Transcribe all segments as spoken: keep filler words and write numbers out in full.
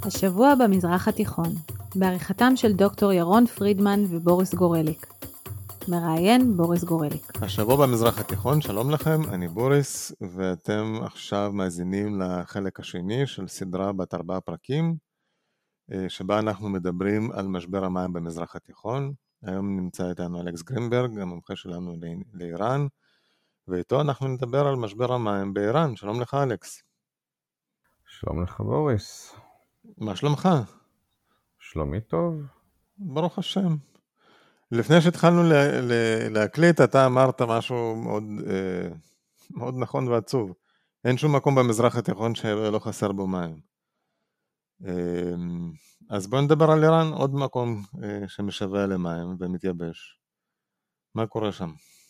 השבוע במזרח התיכון, בעריכתם של דוקטור ירון פרידמן ובוריס גורליק. מראיין בוריס גורליק. השבוע במזרח התיכון, שלום לכם, אני בוריס, ואתם עכשיו מאזינים לחלק השני של סדרה בת ארבעה פרקים, שבה אנחנו מדברים על משבר המים במזרח התיכון. היום נמצא איתנו אלכס גרינברג, המומחה שלנו לאיראן, ואיתו אנחנו נדבר על משבר המים באיראן. שלום לך אלכס. שלום לך בוריס. מה שלומך? שלומי טוב. ברוך השם. לפני שהתחלנו לה, לה, להקליט, אתה אמרת משהו מאוד, אה, מאוד נכון ועצוב. אין שום מקום במזרח התיכון שלא חסר בו מים. אה, אז בואו נדבר על איראן, עוד מקום אה, שמשווע למים ומתייבש. מה קורה שם?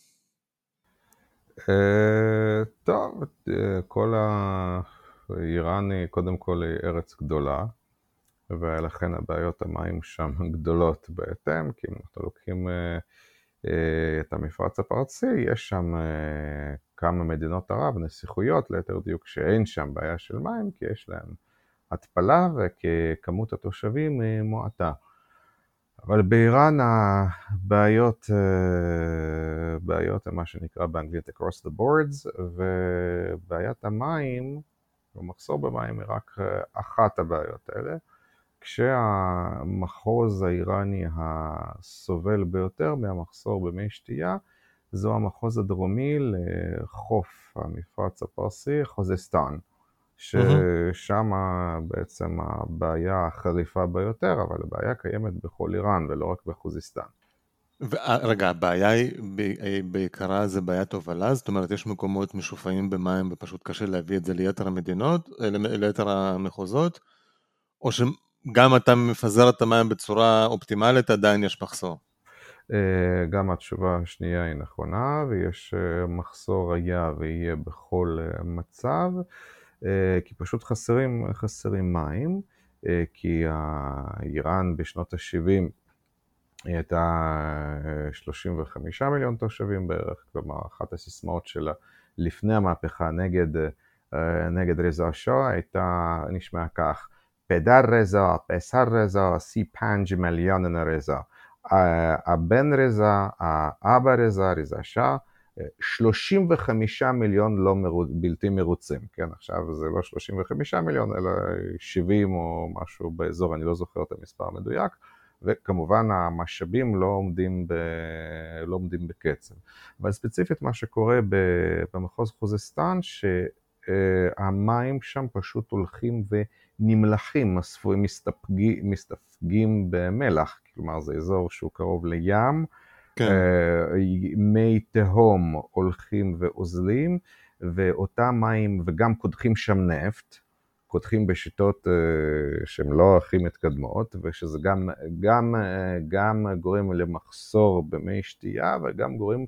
אה, טוב, כל האיראן היא קודם כל ארץ גדולה, ולכן הבעיות המים שם גדולות בהתאם, כי אם אנחנו לוקחים אה, אה, את המפרץ הפרסי, יש שם אה, כמה מדינות ערב, נסיכויות ליתר דיוק, שאין שם בעיה של מים, כי יש להם התפלה וכמות התושבים אה, מועטה. אבל באיראן הבעיות, בעיות הן מה שנקרא באנגלית across the boards, ובעיית המים, ומחסור במים היא רק אחת הבעיות האלה, כשהמחוז האיראני הסובל ביותר מהמחסור במי שתייה, זו המחוז הדרומי לחוף המפרץ הפרסי, חוזסטן. ששם בעצם הבעיה החריפה ביותר, אבל הבעיה קיימת בכל איראן ולא רק בחוזיסטן. רגע, הבעיה היא בעיקרה זה בעיית הובלה, זאת אומרת יש מקומות משופעים במים ופשוט קשה להביא את זה ליתר המדינות, ליתר המחוזות, או שגם אתה מפזר את המים בצורה אופטימלית, עדיין יש מחסור? גם התשובה השנייה היא נכונה, ויש מחסור היה ויהיה בכל מצב, כי פשוט חסרים, חסרים מים, כי איראן בשנות ה-שבעים היא הייתה שלושים וחמישה מיליון תושבים בערך, כלומר אחת הסיסמאות שלה לפני המהפכה נגד, נגד רזה שאה הייתה נשמע כך, פדר רזה, פסר רזה, סי פנג' מיליון רזה. הבן רזה, האבא רזה, רזה שאה, שלושים וחמישה מיליון לא מרוצ... בלתי מרוצים, כן, עכשיו זה לא שלושים וחמישה מיליון, אלא שבעים או משהו באזור, אני לא זוכר את המספר המדויק, וכמובן המשאבים לא עומדים, ב... לא עומדים בקצב. אבל ספציפית מה שקורה במחוז חוזסטן, שהמים שם פשוט הולכים ונמלחים, מסתפגים, מסתפגים במלח, כלומר זה אזור שהוא קרוב לים, כן. מי תהום הולכים ואוזלים, ואותם מים, וגם קודחים שם נפט, קודחים בשיטות שהן לא הכי מתקדמות, ושזה גם, גם, גם גורם למחסור במי שתייה, וגם גורם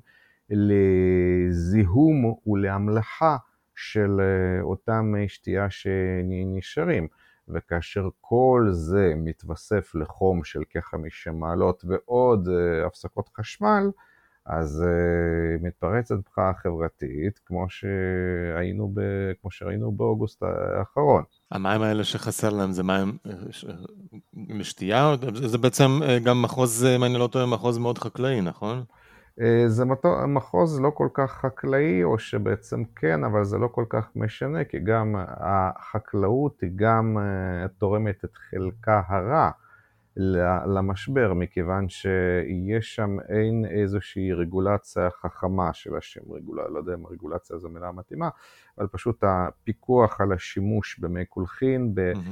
לזיהום ולהמלחה של אותם מי שתייה שנשארים. וכאשר כל זה מתווסף לחום של כחמישה מעלות ועוד uh, הפסקות חשמל, אז uh, מתפרצת פרעה חברתית, כמו שהיינו ב, כמו שראינו באוגוסט האחרון. המים האלה שחסר להם זה מים לשתייה? זה בעצם גם מחוז, אם אני לא טועה, מחוז מאוד חקלאי, נכון? זה מחוז לא כל כך חקלאי, או שבעצם כן, אבל זה לא כל כך משנה, כי גם החקלאות היא גם תורמת את חלקה הרע למשבר, מכיוון שיש שם אין איזושהי רגולציה חכמה של השם רגולציה, לא יודע אם רגולציה זו מילה מתאימה, אבל פשוט הפיקוח על השימוש במי קולחין,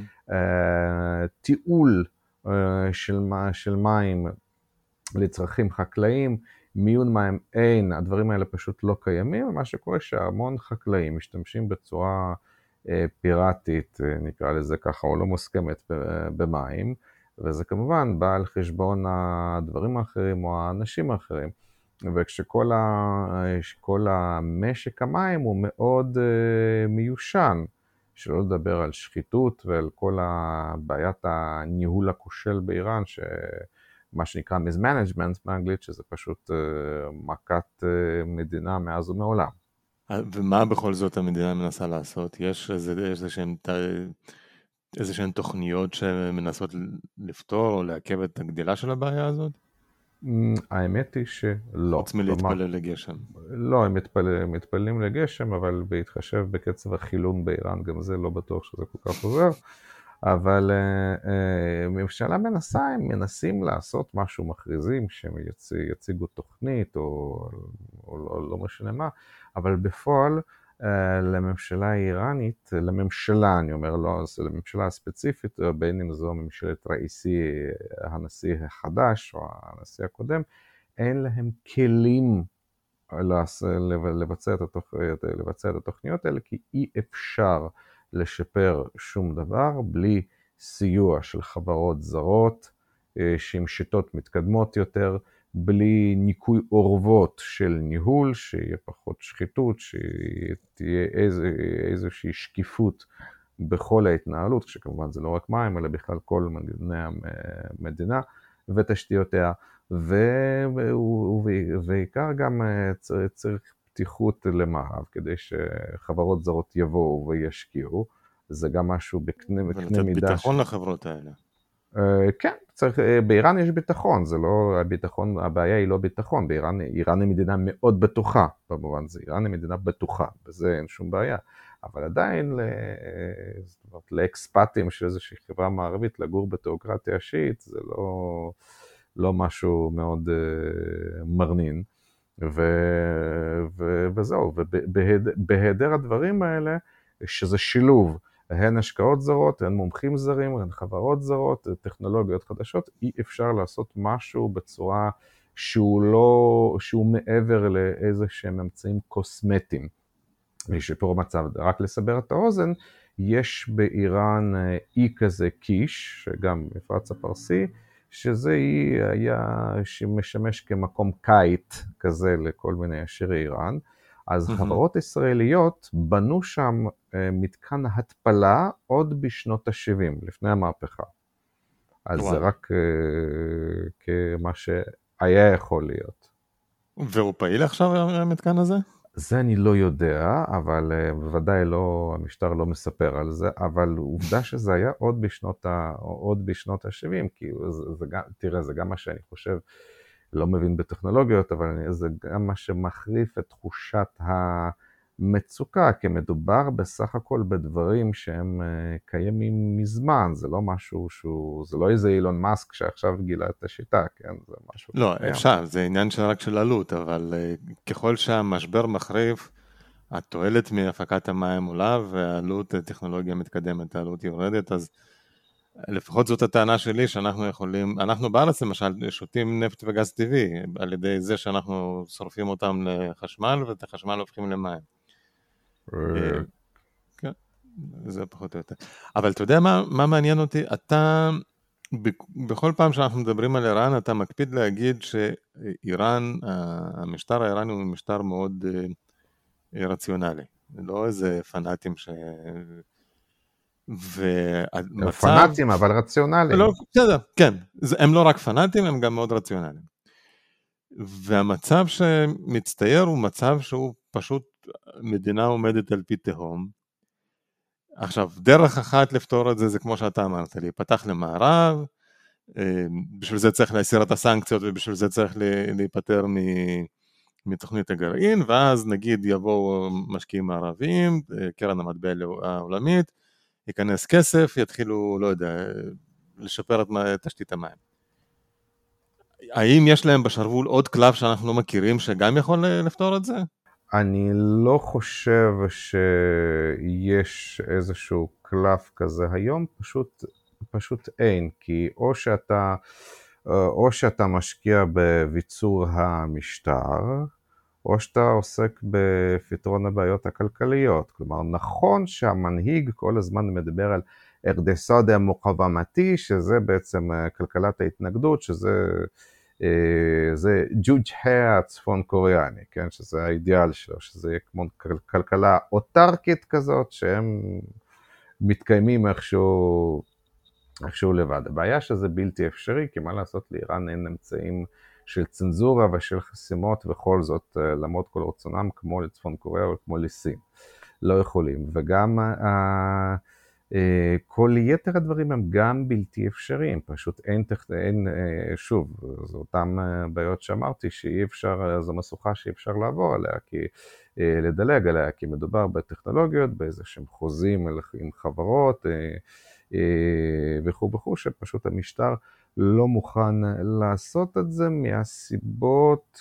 בתיעול של, של מים לצרכים חקלאיים, מיון מים אין, הדברים האלה פשוט לא קיימים, ומה שקורה שהמון חקלאים משתמשים בצורה אה, פיראטית, אה, נקרא לזה ככה, או לא מוסכמת במים, וזה כמובן בא על חשבון הדברים האחרים או האנשים האחרים, וכשכל ה, כל המשק המים הוא מאוד אה, מיושן, שלא לדבר על שחיתות ועל כל הבעיית הניהול הכושל באיראן, ש... מה שנקרא mismanagement באנגלית, שזה פשוט uh, מכת uh, מדינה מאז ומעולם. ומה בכל זאת המדינה מנסה לעשות? יש איזה, איזה שהם איזה שהן תוכניות שמנסות לפתור או לעכב את הגדילה של הבעיה הזאת? האמת היא שלא. חוץ מלהתפלל לגשם. לא, הם מתפל... מתפללים לגשם, אבל בהתחשב בקצב החילון באיראן, גם זה לא בטוח שזה כל כך עוזר. אבל ממשלה מנסה, הם מנסים לעשות משהו, מכריזים שהם יציגו תוכנית או, או לא, לא משנה מה, אבל בפועל לממשלה האיראנית, לממשלה אני אומר, לא, לממשלה הספציפית, בין אם זו ממשלת ראיסי, הנשיא החדש או הנשיא הקודם, אין להם כלים לבצע את, התוכ... לבצע את התוכניות האלה, כי אי אפשר לשפר שום דבר בלי סיוע של חברות זרות שעם שיטות מתקדמות יותר, בלי ניקוי אורוות של ניהול, שיהיה פחות שחיתות, שתהיה איזו, איזושהי שקיפות בכל ההתנהלות, שכמובן זה לא רק מים, אלא בכלל כל מנגנוני המדינה ותשתיותיה, ובעיקר גם צריך פתיחות למערב, כדי שחברות זרות יבואו וישקיעו, זה גם משהו בקנה מידה. ולתת ביטחון לחברות האלה. כן, צריך, באיראן יש ביטחון, זה לא הביטחון, הבעיה היא לא ביטחון, באיראן, איראן היא מדינה מאוד בטוחה, במובן זה, איראן היא מדינה בטוחה, בזה אין שום בעיה, אבל עדיין לאקספטים של איזושהי חברה מערבית לגור בתיאוקרטיה שיעית, זה לא, לא משהו מאוד מרנין, ו, ו, וזהו, ובהיעדר הדברים האלה, שזה שילוב, הן השקעות זרות, הן מומחים זרים, הן חברות זרות, טכנולוגיות חדשות, אי אפשר לעשות משהו בצורה שהוא לא, שהוא מעבר לאיזה שהם אמצעים קוסמטיים. לשיפור מצב, רק לסבר את האוזן, יש באיראן אי כזה קיש, שגם מפרץ הפרסי, שזה אי היה שמשמש כמקום קיט כזה לכל מיני עשירי איראן, אז mm-hmm. חברות ישראליות בנו שם מתקן התפלה עוד בשנות ה-שבעים, לפני המהפכה. אז wow. זה רק uh, כמה שהיה יכול להיות. והוא פעיל עכשיו המתקן הזה? זה אני לא יודע, אבל uh, בוודאי לא, המשטר לא מספר על זה, אבל עובדה שזה היה עוד בשנות ה, עוד בשנות ה-שבעים, כי זה, זה גם, תראה, זה גם מה שאני חושב, לא מבין בטכנולוגיות, אבל זה גם מה שמחריף את תחושת המצוקה, כי מדובר בסך הכל בדברים שהם קיימים מזמן, זה לא משהו שהוא, זה לא איזה אילון מאסק שעכשיו גילה את השיטה, כן? זה משהו... לא, אפשר, זה עניין של רק של עלות, אבל ככל שהמשבר מחריף, התועלת מהפקת המים עולה, והעלות הטכנולוגיה מתקדמת, העלות יורדת, אז לפחות זאת הטענה שלי שאנחנו יכולים, אנחנו בארץ למשל שותים נפט וגז טבעי, על ידי זה שאנחנו שורפים אותם לחשמל, ואת החשמל הופכים למים. כן, זה פחות או יותר. אבל אתה יודע מה, מה מעניין אותי? אתה, בכל פעם שאנחנו מדברים על איראן, אתה מקפיד להגיד שאיראן, המשטר האיראני הוא משטר מאוד רציונלי. לא איזה פנאטים ש... והמצב... פנאטים, אבל רציונליים. לא, בסדר, כן. הם לא רק פנאטים, הם גם מאוד רציונליים. והמצב שמצטייר הוא מצב שהוא פשוט מדינה עומדת על פי תהום. עכשיו, דרך אחת לפתור את זה, זה כמו שאתה אמרת לי, פתח למערב, בשביל זה צריך להסיר את הסנקציות, ובשביל זה צריך להיפטר מתוכנית הגרעין, ואז נגיד יבואו משקיעים מערביים, קרן המטבע העולמית, ייכנס כסף, יתחילו, לא יודע, לשפר את תשתית המים. האם יש להם בשרוול עוד קלף שאנחנו לא מכירים, שגם יכול לפתור את זה? אני לא חושב שיש איזשהו קלף כזה היום, פשוט, פשוט אין, כי או שאתה, או שאתה משקיע בביצור המשטר, או שאתה עוסק בפתרון הבעיות הכלכליות. כלומר, נכון שהמנהיג כל הזמן מדבר על ארדסוד המוקוומתי, שזה בעצם כלכלת ההתנגדות, שזה זה ג'וג'ה הצפון קוריאני, כן? שזה האידיאל שלו, שזה יהיה כמו כלכלה אוטרקית כזאת, שהם מתקיימים איכשהו, איכשהו לבד. הבעיה שזה בלתי אפשרי, כי מה לעשות, לאיראן אין אמצעים של צנזורה ושל חסימות, וכל זאת למרות כל רצונם, כמו לצפון קוריאה וכמו לסין. לא יכולים. וגם כל יתר הדברים הם גם בלתי אפשריים, פשוט אין, אין שוב, זו אותם בעיות שאמרתי, שאי אפשר, זו משוכה שאי אפשר לעבור עליה, כי לדלג עליה, כי מדובר בטכנולוגיות, באיזה שהם חוזים עם חברות וכו' וכו', שפשוט המשטר לא מוכן לעשות את זה מהסיבות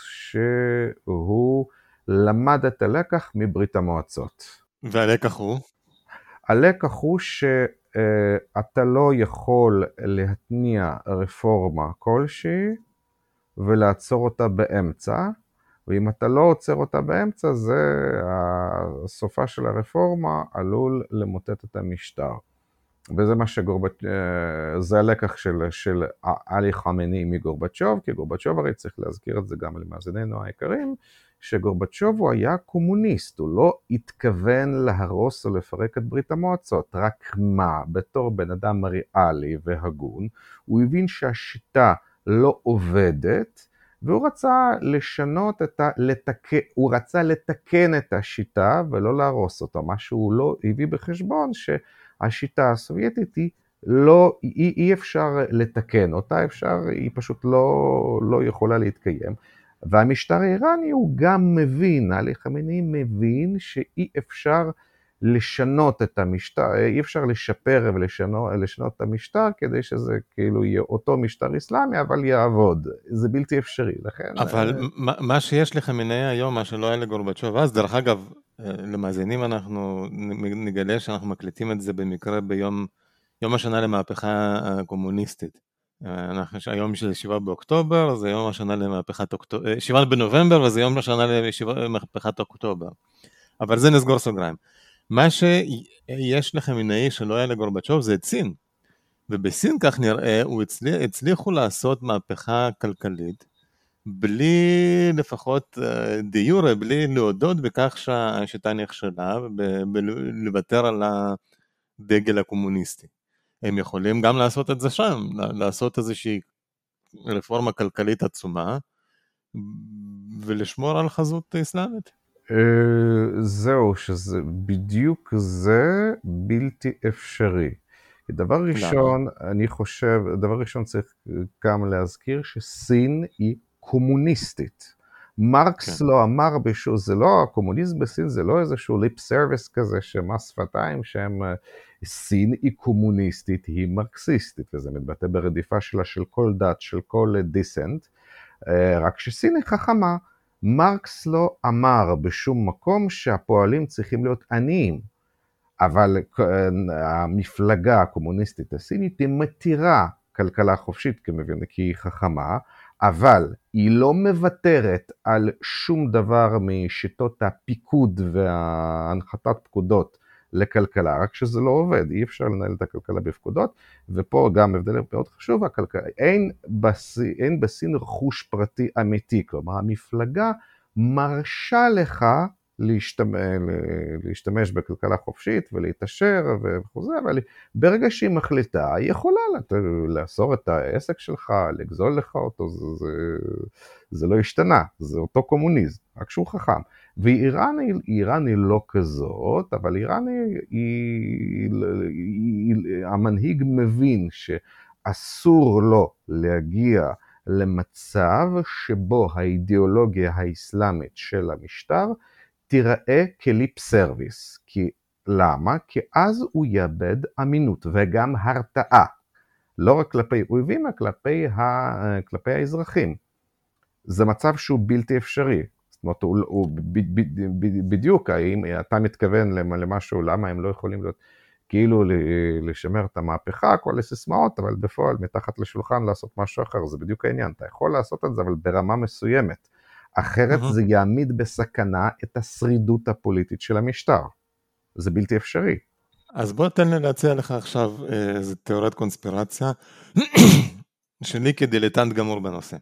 שהוא למד את הלקח מברית המועצות. והלקח הוא? הלקח הוא שאתה לא יכול להתניע רפורמה כלשהי ולעצור אותה באמצע, ואם אתה לא עוצר אותה באמצע, זה הסופה של הרפורמה עלול למוטט את המשטר. וזה מה שגורבצ'וב, זה הלקח של, של עלי חמני מגורבצ'וב, כי גורבצ'וב הרי צריך להזכיר את זה גם למאזיננו היקרים, שגורבצ'וב הוא היה קומוניסט, הוא לא התכוון להרוס או לפרק את ברית המועצות, רק מה, בתור בן אדם ריאלי והגון, הוא הבין שהשיטה לא עובדת, והוא רצה לשנות את ה... לתקן, הוא רצה לתקן את השיטה ולא להרוס אותה, מה שהוא לא הביא בחשבון שהשיטה הסובייטית היא לא, אי, אי אפשר לתקן אותה, אפשר, היא פשוט לא, לא יכולה להתקיים. והמשטר האיראני הוא גם מבין, עלי חמני מבין שאי אפשר לשנות את המשטר, אי אפשר לשפר ולשנות את המשטר כדי שזה כאילו יהיה אותו משטר אסלאמי, אבל יעבוד. זה בלתי אפשרי, לכן... אבל מה, מה שיש לחמני היום, מה שלא היה לגורבצ'וב, אז דרך אגב, למאזינים אנחנו נגלה שאנחנו מקליטים את זה במקרה ביום יום השנה למהפכה הקומוניסטית. אנחנו היום של שבעה באוקטובר, זה יום השנה למהפכת אוקטובר, שבעה בנובמבר, וזה יום השנה למהפכת אוקטובר. אבל זה נסגור סוגריים. מה שיש לחמינאי שלא היה לגורבצ'וב זה את סין. ובסין כך נראה, הוא הצליח, הצליחו לעשות מהפכה כלכלית, בלי לפחות דיורה, בלי להודות בכך שהשיטה נכשלה, ולוותר על הדגל הקומוניסטי. הם יכולים גם לעשות את זה שם, לעשות איזושהי רפורמה כלכלית עצומה, ולשמור על חזות אסלאמית. זהו, שזה בדיוק זה בלתי אפשרי. דבר ראשון, אני חושב, דבר ראשון צריך גם להזכיר שסין היא קומוניסטית. מרקס לא אמר בשביל, זה לא, הקומוניזם בסין זה לא איזשהו ליפ סרוויס כזה, שמס שפתיים, שהם, סין היא קומוניסטית, היא מרקסיסטית, וזה מתבטא ברדיפה שלה של כל דת, של כל דיסנט, רק שסין היא חכמה. מרקס לא אמר בשום מקום שהפועלים צריכים להיות עניים, אבל המפלגה הקומוניסטית הסינית היא מתירה כלכלה חופשית כמבין, כי היא חכמה, אבל היא לא מוותרת על שום דבר משיטות הפיקוד והנחתת פקודות לכלכלה, רק שזה לא עובד, אי אפשר לנהל את הכלכלה בפקודות, ופה גם הבדל מאוד חשוב, הכלכלה, אין, בסין, אין בסין רכוש פרטי אמיתי, כלומר המפלגה מרשה לך להשתמש, להשתמש בכלכלה חופשית ולהתעשר וכו', אבל ברגע שהיא מחליטה, היא יכולה לאסור את העסק שלך, לגזול לך אותו, זה, זה, זה לא השתנה, זה אותו קומוניזם, רק שהוא חכם. ואיראן איראן היא לא כזאת, אבל איראן היא, היא, היא, המנהיג מבין שאסור לו להגיע למצב שבו האידיאולוגיה האסלאמית של המשטר תיראה כליפ סרוויס. כי למה? כי אז הוא יאבד אמינות וגם הרתעה. לא רק כלפי אויבים, אלא כלפי, ה... כלפי האזרחים. זה מצב שהוא בלתי אפשרי. זאת אומרת, הוא, הוא ב, ב, ב, בדיוק, האם אתה מתכוון למשהו, למה הם לא יכולים להיות, כאילו לשמר את המהפכה, כל הסיסמאות, אבל בפועל מתחת לשולחן לעשות משהו אחר, זה בדיוק העניין. אתה יכול לעשות את זה, אבל ברמה מסוימת. אחרת זה יעמיד בסכנה את השרידות הפוליטית של המשטר. זה בלתי אפשרי. אז בוא תן לי להציע לך עכשיו איזו תיאוריית קונספירציה, שלי כדילטנט גמור בנושא.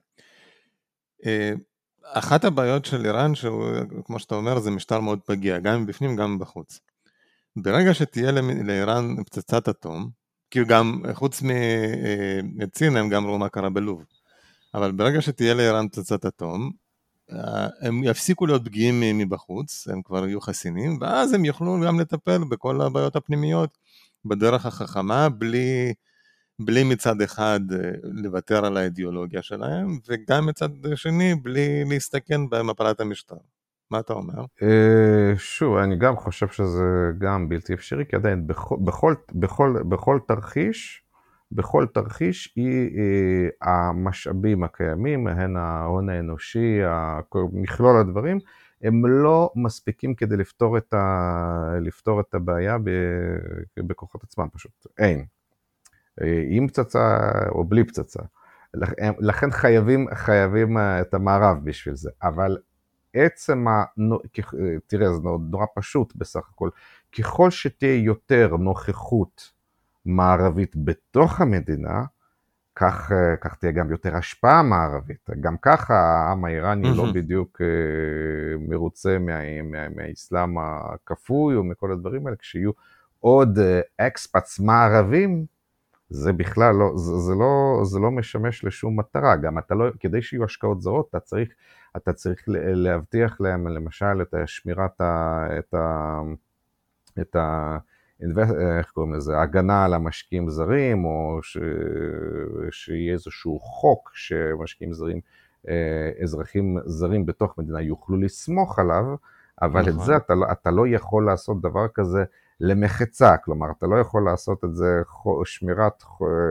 אחת הבעיות של איראן, כמו שאתה אומר, זה משטר מאוד פגיע, גם בפנים גם בחוץ. ברגע שתהיה לאיראן פצצת אטום, כי גם חוץ מצין הם גם ראו מה קרה בלוב, אבל ברגע שתהיה לאיראן פצצת אטום, הם יפסיקו להיות פגיעים מבחוץ, הם כבר יהיו חסינים, ואז הם יוכלו גם לטפל בכל הבעיות הפנימיות, בדרך החכמה, בלי, בלי מצד אחד לוותר על האידיאולוגיה שלהם, וגם מצד שני, בלי להסתכן במפלת המשטר. מה אתה אומר? שוב, אני גם חושב שזה גם בלתי אפשרי, כי עדיין בכל, בכל, בכל, בכל תרחיש, בכל תרחיש היא, היא המשאבים הקיימים, הן ההון האנושי, מכלול הדברים, הם לא מספיקים כדי לפתור את, ה, לפתור את הבעיה בכוחות עצמם, פשוט אין. עם פצצה או בלי פצצה. לכן חייבים, חייבים את המערב בשביל זה, אבל עצם, ה... תראה, זה נורא פשוט בסך הכל, ככל שתהיה יותר נוכחות מערבית בתוך המדינה, כך, כך תהיה גם יותר השפעה מערבית. גם ככה העם האיראני לא בדיוק מרוצה מה, מה, מהאסלאם הכפוי או מכל הדברים האלה, כשיהיו עוד אקספאטס מערבים, זה בכלל לא, זה, זה לא, זה לא משמש לשום מטרה. גם אתה לא, כדי שיהיו השקעות זרות, אתה צריך, אתה צריך להבטיח להם, למשל, את השמירת ה, את ה, את ה, איך קוראים לזה, הגנה על המשקיעים זרים, או ש, שיהיה איזשהו חוק שמשקיעים זרים, אזרחים זרים בתוך מדינה יוכלו לסמוך עליו, אבל נכון. את זה אתה, אתה לא יכול לעשות דבר כזה למחצה, כלומר, אתה לא יכול לעשות את זה שמירת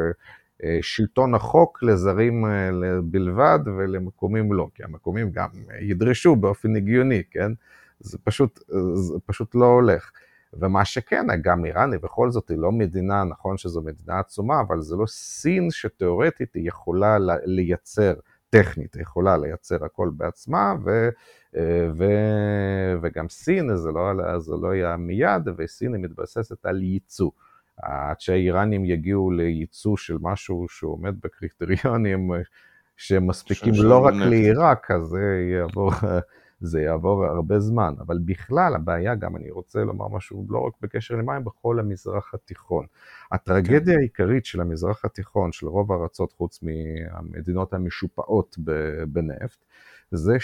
שלטון החוק לזרים בלבד ולמקומים לא, כי המקומים גם ידרשו באופן הגיוני, כן? זה פשוט, זה פשוט לא הולך. ומה שכן, גם איראני בכל זאת היא לא מדינה, נכון שזו מדינה עצומה, אבל זה לא סין שתיאורטית היא יכולה לייצר, טכנית, היא יכולה לייצר הכל בעצמה, ו, ו, וגם סין, זה לא, זה לא היה מיד, וסין היא מתבססת על ייצוא. עד שהאיראנים יגיעו לייצוא של משהו שעומד בקריטריונים שמספיקים לא רק לעיראק, אז זה יעבור, זה יעבור הרבה זמן. אבל בכלל, הבעיה, גם אני רוצה לומר משהו, לא רק בקשר למים, בכל המזרח התיכון. הטרגדיה העיקרית של המזרח התיכון, של רוב הארצות חוץ מהמדינות המשופעות בנפט, זה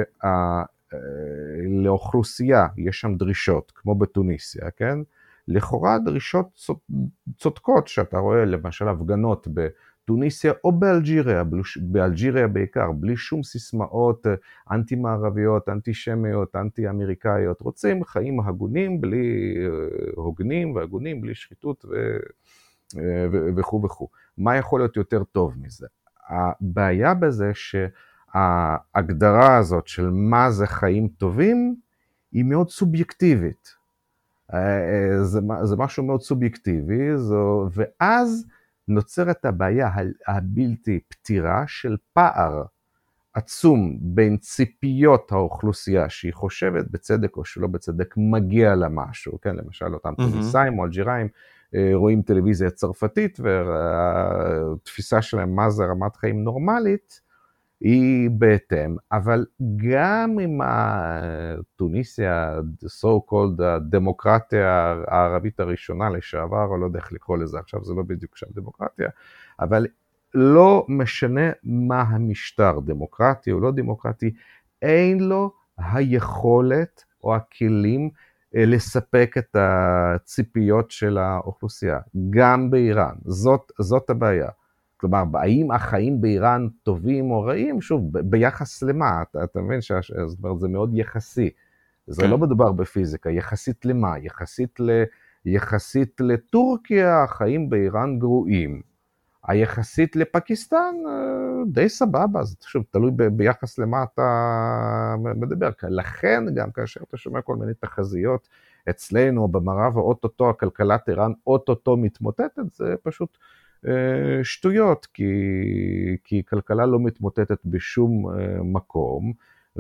שלאוכלוסייה יש שם דרישות, כמו בתוניסיה, כן? לכאורה דרישות צודקות, שאתה רואה למשל הפגנות בתוניסיה או באלג'יריה, באלג'יריה בעיקר, בלי שום סיסמאות אנטי-מערביות, אנטי-שמיות, אנטי-אמריקאיות, רוצים חיים הגונים, בלי הוגנים והגונים, בלי שחיתות וכו' וכו'. מה יכול להיות יותר טוב מזה? הבעיה בזה שההגדרה הזאת של מה זה חיים טובים, היא מאוד סובייקטיבית. זה, זה משהו מאוד סובייקטיבי, זו, ואז נוצרת הבעיה הבלתי פתירה של פער עצום בין ציפיות האוכלוסייה שהיא חושבת בצדק או שלא בצדק מגיע לה משהו, כן, למשל אותם תוניסאים או אלג'יראים רואים טלוויזיה צרפתית והתפיסה שלהם מה זה רמת חיים נורמלית, היא בהתאם, אבל גם עם התוניסיה, so called הדמוקרטיה הערבית הראשונה לשעבר, או לא יודע איך לקרוא לזה, עכשיו זה לא בדיוק שם דמוקרטיה, אבל לא משנה מה המשטר, דמוקרטי או לא דמוקרטי, אין לו היכולת או הכלים לספק את הציפיות של האוכלוסייה, גם באיראן, זאת, זאת הבעיה. כלומר, האם החיים באיראן טובים או רעים? שוב, ביחס למה? אתה, אתה מבין שזה מאוד יחסי. זה כן. לא מדובר בפיזיקה, יחסית למה? יחסית, ל, יחסית לטורקיה, החיים באיראן גרועים. היחסית לפקיסטן, די סבבה, אז שוב, תלוי ב, ביחס למה אתה מדבר. לכן, גם כאשר אתה שומע כל מיני תחזיות אצלנו, במערב, אוטוטו, הכלכלת איראן אוטוטו מתמוטטת, זה פשוט שטויות, כי, כי כלכלה לא מתמוטטת בשום מקום,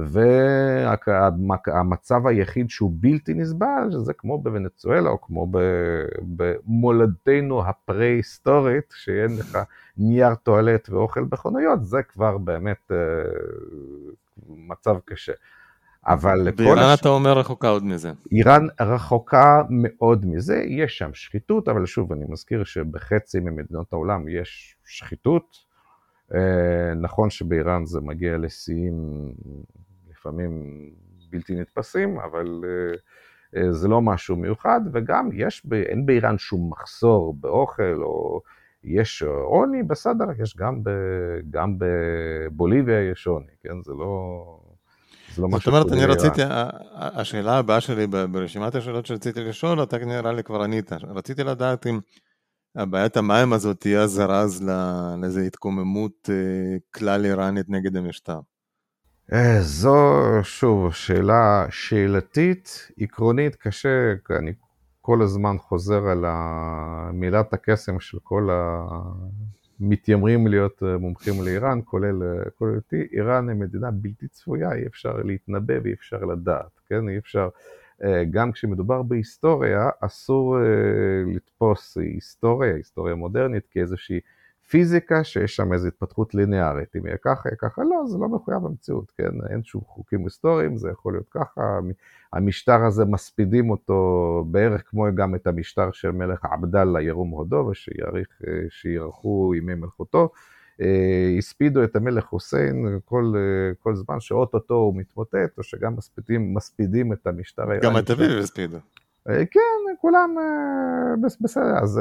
והמצב היחיד שהוא בלתי נסבל, שזה כמו בוונצואלה, או כמו במולדתנו הפרה-היסטורית, שאין לך נייר טואלט ואוכל בחנויות, זה כבר באמת מצב קשה. אבל באיראן הש... אתה אומר רחוקה עוד מזה. איראן רחוקה מאוד מזה, יש שם שחיתות, אבל שוב אני מזכיר שבחצי ממדינות העולם יש שחיתות, נכון שבאיראן זה מגיע לשיאים לפעמים בלתי נתפסים, אבל זה לא משהו מיוחד, וגם יש, אין באיראן שום מחסור באוכל, או יש עוני, בסדר, יש גם, ב, גם בבוליביה יש עוני, כן? זה לא, זה לא זאת משהו אומרת, כזה אני איראן. רציתי, השאלה הבאה שלי ברשימת השאלות שרציתי לשאול, אתה נראה לי כבר ענית. רציתי לדעת אם הבעיית המים הזאת תהיה זרז לאיזו התקוממות כלל איראנית נגד המשטר. זו, שוב, שאלה שאלתית, עקרונית, קשה, אני כל הזמן חוזר על מילת הקסם של כל המתיימרים להיות מומחים לאיראן, כולל אותי, איראן היא מדינה בלתי צפויה, אי אפשר להתנבא ואי אפשר לדעת, כן? אי אפשר, גם כשמדובר בהיסטוריה, אסור לתפוס היסטוריה, היסטוריה מודרנית, כאיזושהי פיזיקה שיש שם איזו התפתחות ליניארית, אם יהיה ככה, יהיה ככה, לא, זה לא מחויב במציאות, כן? אין שום חוקים היסטוריים, זה יכול להיות ככה, המשטר הזה מספידים אותו בערך כמו גם את המשטר של מלך עבדאללה ירום הודו, ושיערכו ימי מלכותו, הספידו את המלך חוסיין כל, כל זמן שאוטוטו הוא מתמוטט, או שגם מספידים, מספידים את המשטר האיראני. גם את אביב הספידו. כן, כולם בסדר. אז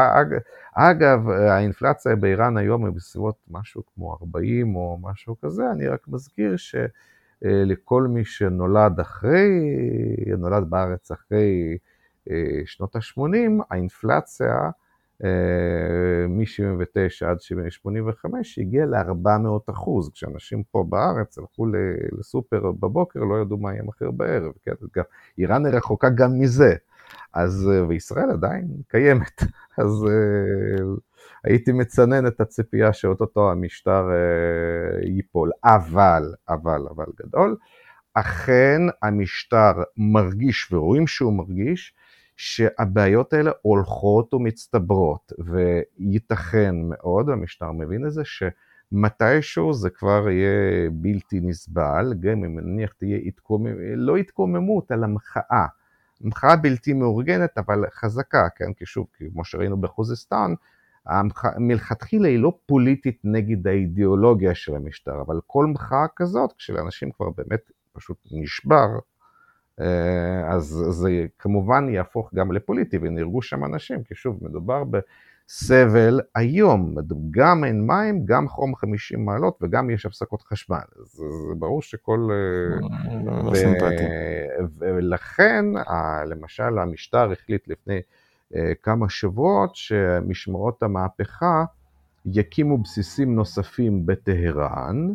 אגב, האינפלציה באיראן היום היא בסביבות משהו כמו ארבעים או משהו כזה, אני רק מזכיר שלכל מי שנולד אחרי, נולד בארץ אחרי שנות ה-שמונים, האינפלציה מ-שבעים ותשע עד שמונים וחמש הגיעה ל-ארבע מאות אחוז, כשאנשים פה בארץ הלכו לסופר בבוקר, לא ידעו מה יהיה מחר בערב, כן? גם, איראן רחוקה גם מזה, אז, וישראל עדיין קיימת, אז הייתי מצנן את הציפייה שאוטוטו המשטר ייפול, אבל, אבל, אבל גדול, אכן המשטר מרגיש, ורואים שהוא מרגיש, שהבעיות האלה הולכות ומצטברות, וייתכן מאוד, המשטר מבין את זה, שמתישהו זה כבר יהיה בלתי נסבל, גם אם נניח תהיה התקוממות, לא התקוממות, אלא מחאה, מחאה בלתי מאורגנת, אבל חזקה, כן, כי שוב, כמו שראינו בחוזסטן, מלכתחילה היא לא פוליטית נגד האידיאולוגיה של המשטר, אבל כל מחאה כזאת, כשלאנשים כבר באמת פשוט נשבר, אז זה כמובן יהפוך גם לפוליטי, ונרגו שם אנשים, כי שוב, מדובר בסבל היום, גם אין מים, גם חום חמישים מעלות, וגם יש הפסקות חשמל, אז זה ברור שכל... לא סימפטי. ולכן, למשל, המשטר החליט לפני כמה שבועות, שמשמרות המהפכה יקימו בסיסים נוספים בטהרן,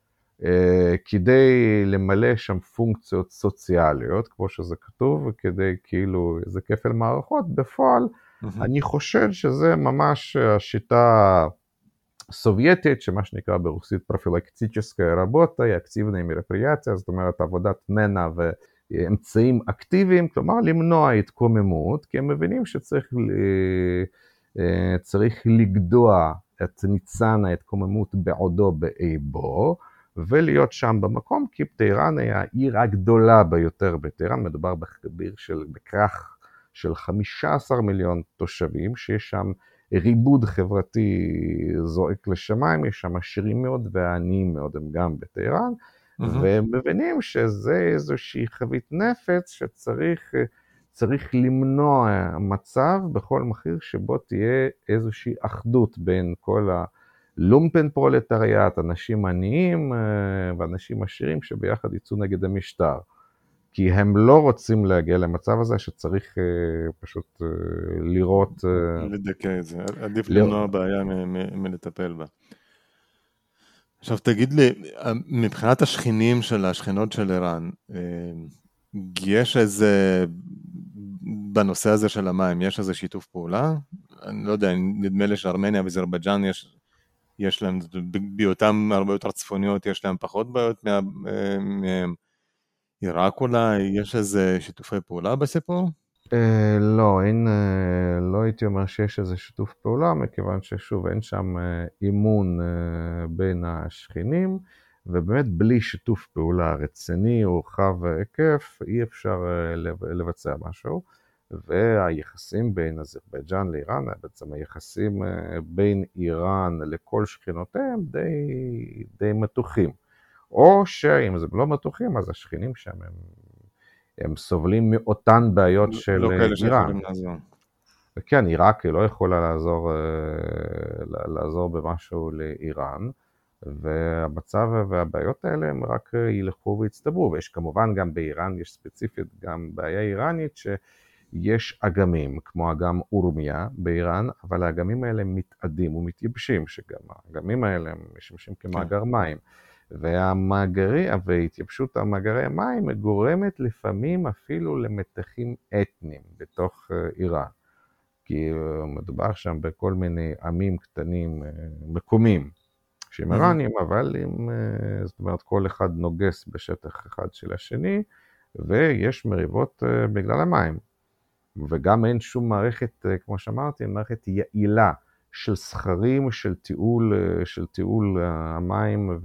כדי למלא שם פונקציות סוציאליות, כמו שזה כתוב, וכדי כאילו איזה כפל מערכות, בפועל אני חושב שזה ממש השיטה סובייטית, שמה שנקרא ברוסית פרופילקטיצ'סקה רבוטה, אקטיבנה מרפריאציה, זאת אומרת עבודת מנע ואמצעים אקטיביים, כלומר למנוע התקוממות, כי הם מבינים שצריך צריך לגדוע את ניצן ההתקוממות בעודו באיבו, ולהיות שם במקום, כי טהרן היא העיר הגדולה ביותר בטהרן, מדובר בעיר של, בכרך של חמישה עשר מיליון תושבים, שיש שם ריבוד חברתי זועק לשמיים, יש שם עשירים מאוד ועניים מאוד, הם גם בטהרן, mm-hmm. והם מבינים שזה איזושהי חבית נפץ שצריך צריך למנוע מצב בכל מחיר שבו תהיה איזושהי אחדות בין כל ה... לומפן פרולטריאט, אנשים עניים ואנשים עשירים שביחד יצאו נגד המשטר. כי הם לא רוצים להגיע למצב הזה שצריך פשוט לראות... לדכא את זה, עדיף למנוע בעיה מלטפל בה. עכשיו תגיד לי, מבחינת השכנים של השכנות של איראן, יש איזה, בנושא הזה של המים, יש איזה שיתוף פעולה? אני לא יודע, נדמה לי שארמניה ואזרבייג'אן יש... יש להם, בהיותם הרבה יותר צפוניות, יש להם פחות בעיות מעיראק אולי, יש איזה שיתופי פעולה בסיפור? לא, אין, לא הייתי אומר שיש איזה שיתוף פעולה, מכיוון ששוב אין שם אימון בין השכנים, ובאמת בלי שיתוף פעולה רציני או רחב היקף, אי אפשר לבצע משהו. והיחסים בין אזרבייג'אן לאיראן, בעצם היחסים בין איראן לכל שכנותיהם די, די מתוחים. או שאם זה לא מתוחים, אז השכנים שם הם הם סובלים מאותן בעיות של לא כאלה איראן. שיכולים לעזור. כן, עיראק לא יכולה לעזור, לעזור במשהו לאיראן, והמצב והבעיות האלה הם רק ילכו והצטברו, ויש כמובן גם באיראן, יש ספציפית גם בעיה איראנית, שיש אגמים, כמו אגם אורמיה באיראן, אבל האגמים האלה מתאדים ומתייבשים, שגם האגמים האלה הם משמשים כמאגר מים, והמאגרי, והתייבשות המאגרי המים גורמת לפעמים אפילו למתחים אתניים בתוך איראן. כי מדובר שם בכל מיני עמים קטנים מקומיים, שהם איראנים, אבל עם, זאת אומרת, כל אחד נוגס בשטח אחד של השני, ויש מריבות בגלל המים. וגם אין שום מערכת, כמו שאמרתי, מערכת יעילה של סחרים, של תיעול, של תיעול המים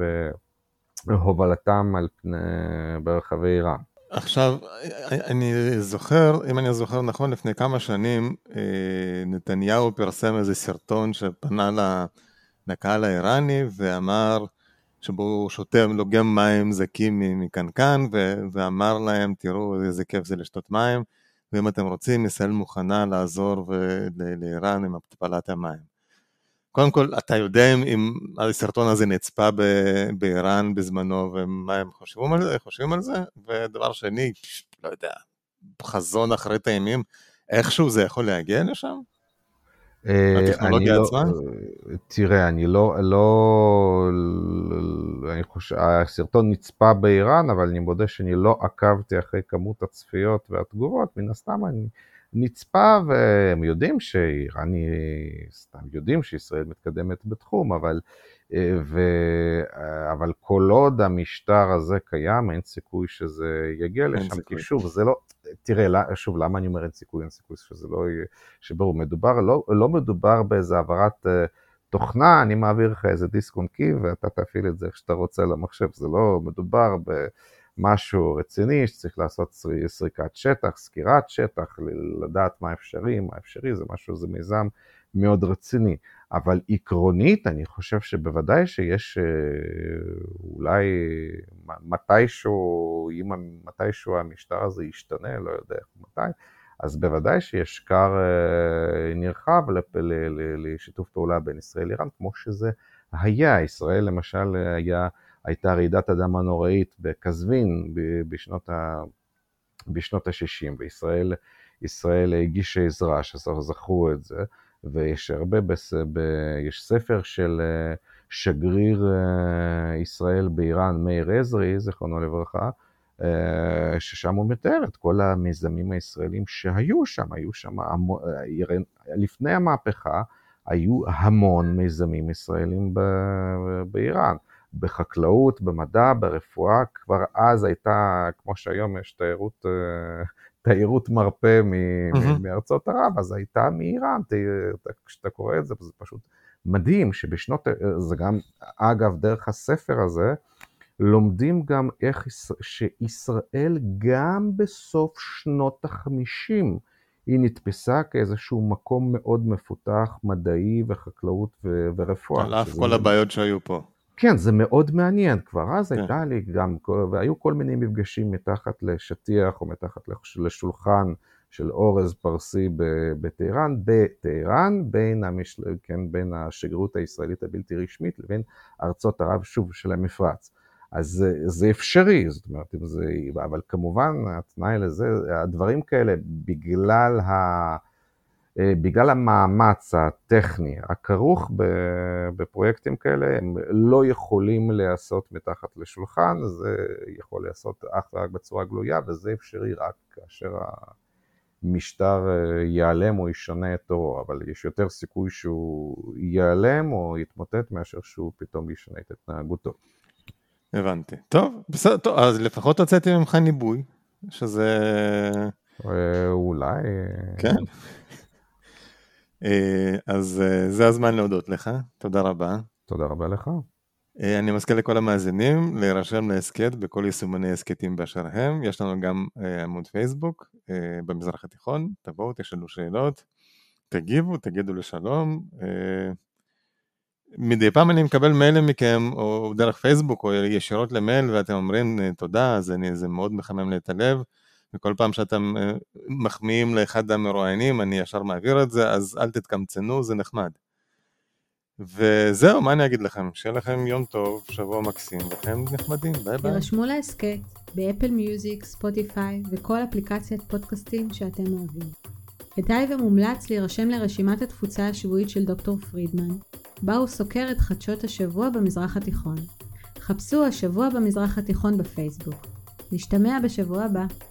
והובלתם על פני, ברחבי איראן. עכשיו, אני זוכר, אם אני זוכר נכון, לפני כמה שנים, נתניהו פרסם איזה סרטון שפנה לקהל האיראני, ואמר שבו הוא שותה, לוגם מים זקים מקנקן, ואמר להם, תראו איזה כיף זה לשתות מים, ואם אתם רוצים, ישראל מוכנה לעזור לאיראן עם הפלת המים. קודם כל, אתה יודע אם הסרטון הזה נצפה באיראן בזמנו, ומה הם חושבים על זה, חושבים על זה, ודבר שני, לא יודע, חזון אחרית הימים, איכשהו זה יכול להגיע לשם? הטכנולוגיה עצמה? תראה, אני לא, לא, אני חושב, הסרטון נצפה באיראן, אבל אני מודה שאני לא עקבתי אחרי כמות הצפיות והתגובות, מן הסתם אני נצפה, והם יודעים שאיראן, סתם יודעים שישראל מתקדמת בתחום, אבל, ו, אבל כל עוד המשטר הזה קיים, אין סיכוי שזה יגיע לשם, כי שוב, זה לא, תראה, שוב, למה אני אומר אין סיכוי, אין סיכוי שזה לא יהיה, שברור, מדובר, לא, לא מדובר באיזה העברת תוכנה, אני מעביר לך איזה דיסק און קי, ואתה תפעיל את זה איך שאתה רוצה למחשב, זה לא מדובר במשהו רציני, שצריך לעשות סריקת שטח, סקירת שטח, לדעת מה אפשרי, מה אפשרי, זה משהו, זה מיזם מאוד רציני, אבל עקרונית, אני חושב שבוודאי שיש אולי מתישהו, אם מתישהו המשטר הזה ישתנה, לא יודע איך מתי, אז בוודאי שיש כר נרחב לשיתוף פעולה בין ישראל לאיראן, כמו שזה היה. ישראל למשל היה, הייתה רעידת אדמה נוראית בקזווין בשנות ה... בשנות ה-שישים, וישראל ישראל הגישה עזרה, שזכרו את זה, ויש הרבה, בס... ב... יש ספר של שגריר ישראל באיראן, מאיר עזרי, זכרונו לברכה, ששם הוא מתאר את כל המיזמים הישראלים שהיו שם, היו שם, לפני המהפכה, היו המון מיזמים ישראלים באיראן, בחקלאות, במדע, ברפואה, כבר אז הייתה, כמו שהיום יש תיירות, תיירות מרפא מארצות ערב, אז הייתה מאיראן, כשאתה קורא את זה, זה פשוט מדהים, שבשנות, זה גם, אגב, דרך הספר הזה, לומדים גם איך שישראל גם בסוף שנות החמישים היא נתפסה כאיזשהו מקום מאוד מפותח, מדעי וחקלאות ורפואה. על אף כל הבעיות שהיו פה. כן, זה מאוד מעניין, כבר אז הייתה לי גם, והיו כל מיני מפגשים מתחת לשטיח או מתחת לשולחן של אורז פרסי בטהרן, בטהרן, בין, המשל... כן, בין השגרירות הישראלית הבלתי רשמית לבין ארצות ערב שוב של המפרץ. אז זה אפשרי, זאת אומרת, זה, אבל כמובן התנאי לזה, הדברים כאלה בגלל, ה, בגלל המאמץ הטכני הכרוך בפרויקטים כאלה, הם לא יכולים לעשות מתחת לשולחן, זה יכול לעשות אך ורק בצורה גלויה, וזה אפשרי רק כאשר המשטר ייעלם או ישנה את תורו, אבל יש יותר סיכוי שהוא ייעלם או יתמוטט מאשר שהוא פתאום ישנה את התנהגותו. הבנתי. טוב, בסדר, טוב, אז לפחות הוצאתי ממך ניבוי, שזה... אולי... כן. אז זה הזמן להודות לך, תודה רבה. תודה רבה לך. אני מזכיר לכל המאזינים להירשם להסקט בכל יישומני הסקטים באשר הם, יש לנו גם עמוד פייסבוק במזרח התיכון, תבואו, תשאלו שאלות, תגיבו, תגידו לשלום, מדי פעם אני מקבל מיילים מכם, או דרך פייסבוק, או ישירות למייל, ואתם אומרים תודה, אז אני, זה מאוד מחמם לי את הלב, וכל פעם שאתם מחמיאים לאחד המרואיינים, אני ישר מעביר את זה, אז אל תתקמצנו, זה נחמד. וזהו, מה אני אגיד לכם? שיהיה לכם יום טוב, שבוע מקסים, וכם נחמדים, ביי ביי. תירשמו להסכת באפל מיוזיק, ספוטיפיי וכל אפליקציית פודקאסטים שאתם אוהבים. כדאי ומומלץ להירשם לרשימת התפוצה השבועית של דוקטור פרידמן, בה הוא סוקר את חדשות השבוע במזרח התיכון. חפשו השבוע במזרח התיכון בפייסבוק. נשתמע בשבוע הבא.